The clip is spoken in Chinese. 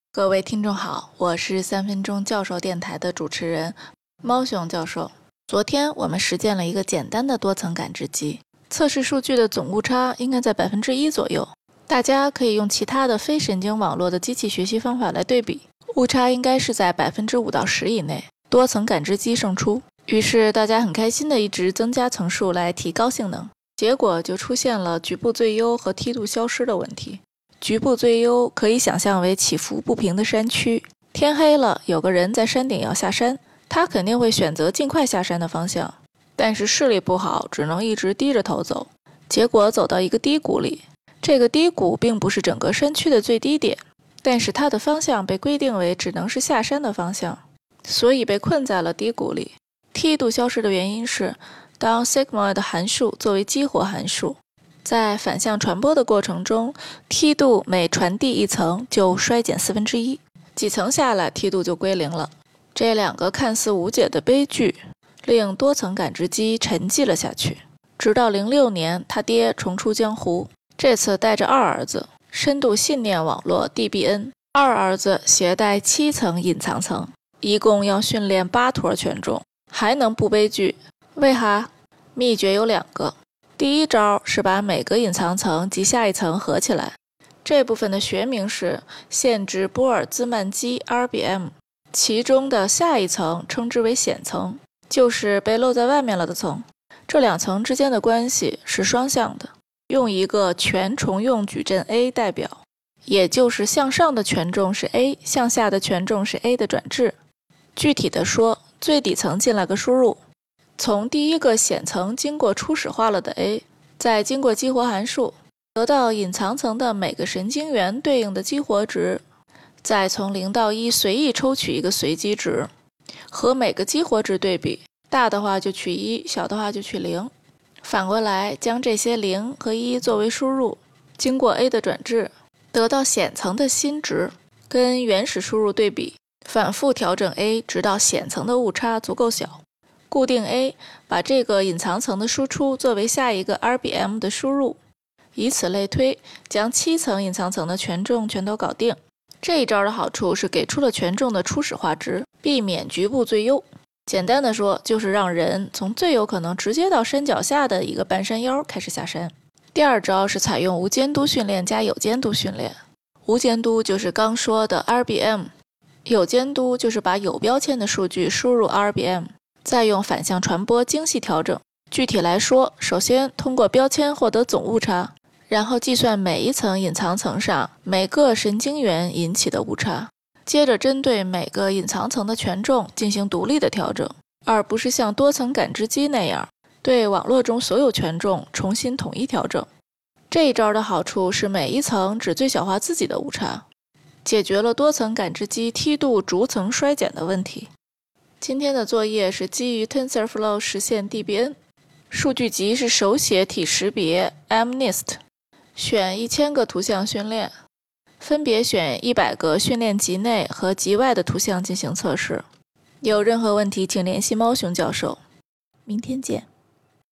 各位听众好，我是3分钟教授电台的主持人猫熊教授。昨天我们实践了一个简单的多层感知机，测试数据的总误差应该在 1% 左右。大家可以用其他的非神经网络的机器学习方法来对比，误差应该是在5%到10%以内，多层感知机胜出。于是大家很开心的一直增加层数来提高性能，结果就出现了局部最优和梯度消失的问题。局部最优可以想象为起伏不平的山区，天黑了，有个人在山顶要下山，他肯定会选择尽快下山的方向，但是视力不好，只能一直低着头走，结果走到一个低谷里。这个低谷并不是整个山区的最低点，但是它的方向被规定为只能是下山的方向，所以被困在了低谷里。梯度消失的原因是，当 sigmoid 的函数作为激活函数，在反向传播的过程中，梯度每传递一层就衰减1/4，几层下来梯度就归零了。这两个看似无解的悲剧令多层感知机沉寂了下去，直到06年他爹重出江湖，这次带着二儿子深度信念网络 DBN， 二儿子携带7层隐藏层，一共要训练8坨权重，还能不悲剧？为哈？秘诀有2个。第一招是把每个隐藏层及下一层合起来，这部分的学名是限制波尔兹曼基 RBM， 其中的下一层称之为显层，就是被露在外面了的层。这2层之间的关系是双向的，用一个权重用矩阵 A 代表，也就是向上的权重是 A， 向下的权重是 A 的转置。具体的说，最底层进来个输入，从第一个显层经过初始化了的 A， 再经过激活函数，得到隐藏层的每个神经元对应的激活值，再从0到1随意抽取一个随机值，和每个激活值对比，大的话就取1，小的话就取0。反过来将这些0和1作为输入，经过 A 的转置，得到显层的新值，跟原始输入对比，反复调整 A， 直到显层的误差足够小。固定 A， 把这个隐藏层的输出作为下一个 RBM 的输入，以此类推，将7层隐藏层的权重全都搞定。这一招的好处是给出了权重的初始化值，避免局部最优。简单的说，就是让人从最有可能直接到山脚下的一个半山腰开始下山。第二招是采用无监督训练加有监督训练。无监督就是刚说的 RBM， 有监督就是把有标签的数据输入 RBM，再用反向传播精细调整。具体来说，首先通过标签获得总误差，然后计算每一层隐藏层上每个神经元引起的误差，接着针对每个隐藏层的权重进行独立的调整，而不是像多层感知机那样对网络中所有权重重新统一调整。这一招的好处是每一层只最小化自己的误差，解决了多层感知机梯度逐层衰减的问题。今天的作业是基于 TensorFlow 实现 DBN， 数据集是手写体识别 MNIST， 选1000个图像训练，分别选100个训练集内和集外的图像进行测试。有任何问题请联系猫熊教授。明天见。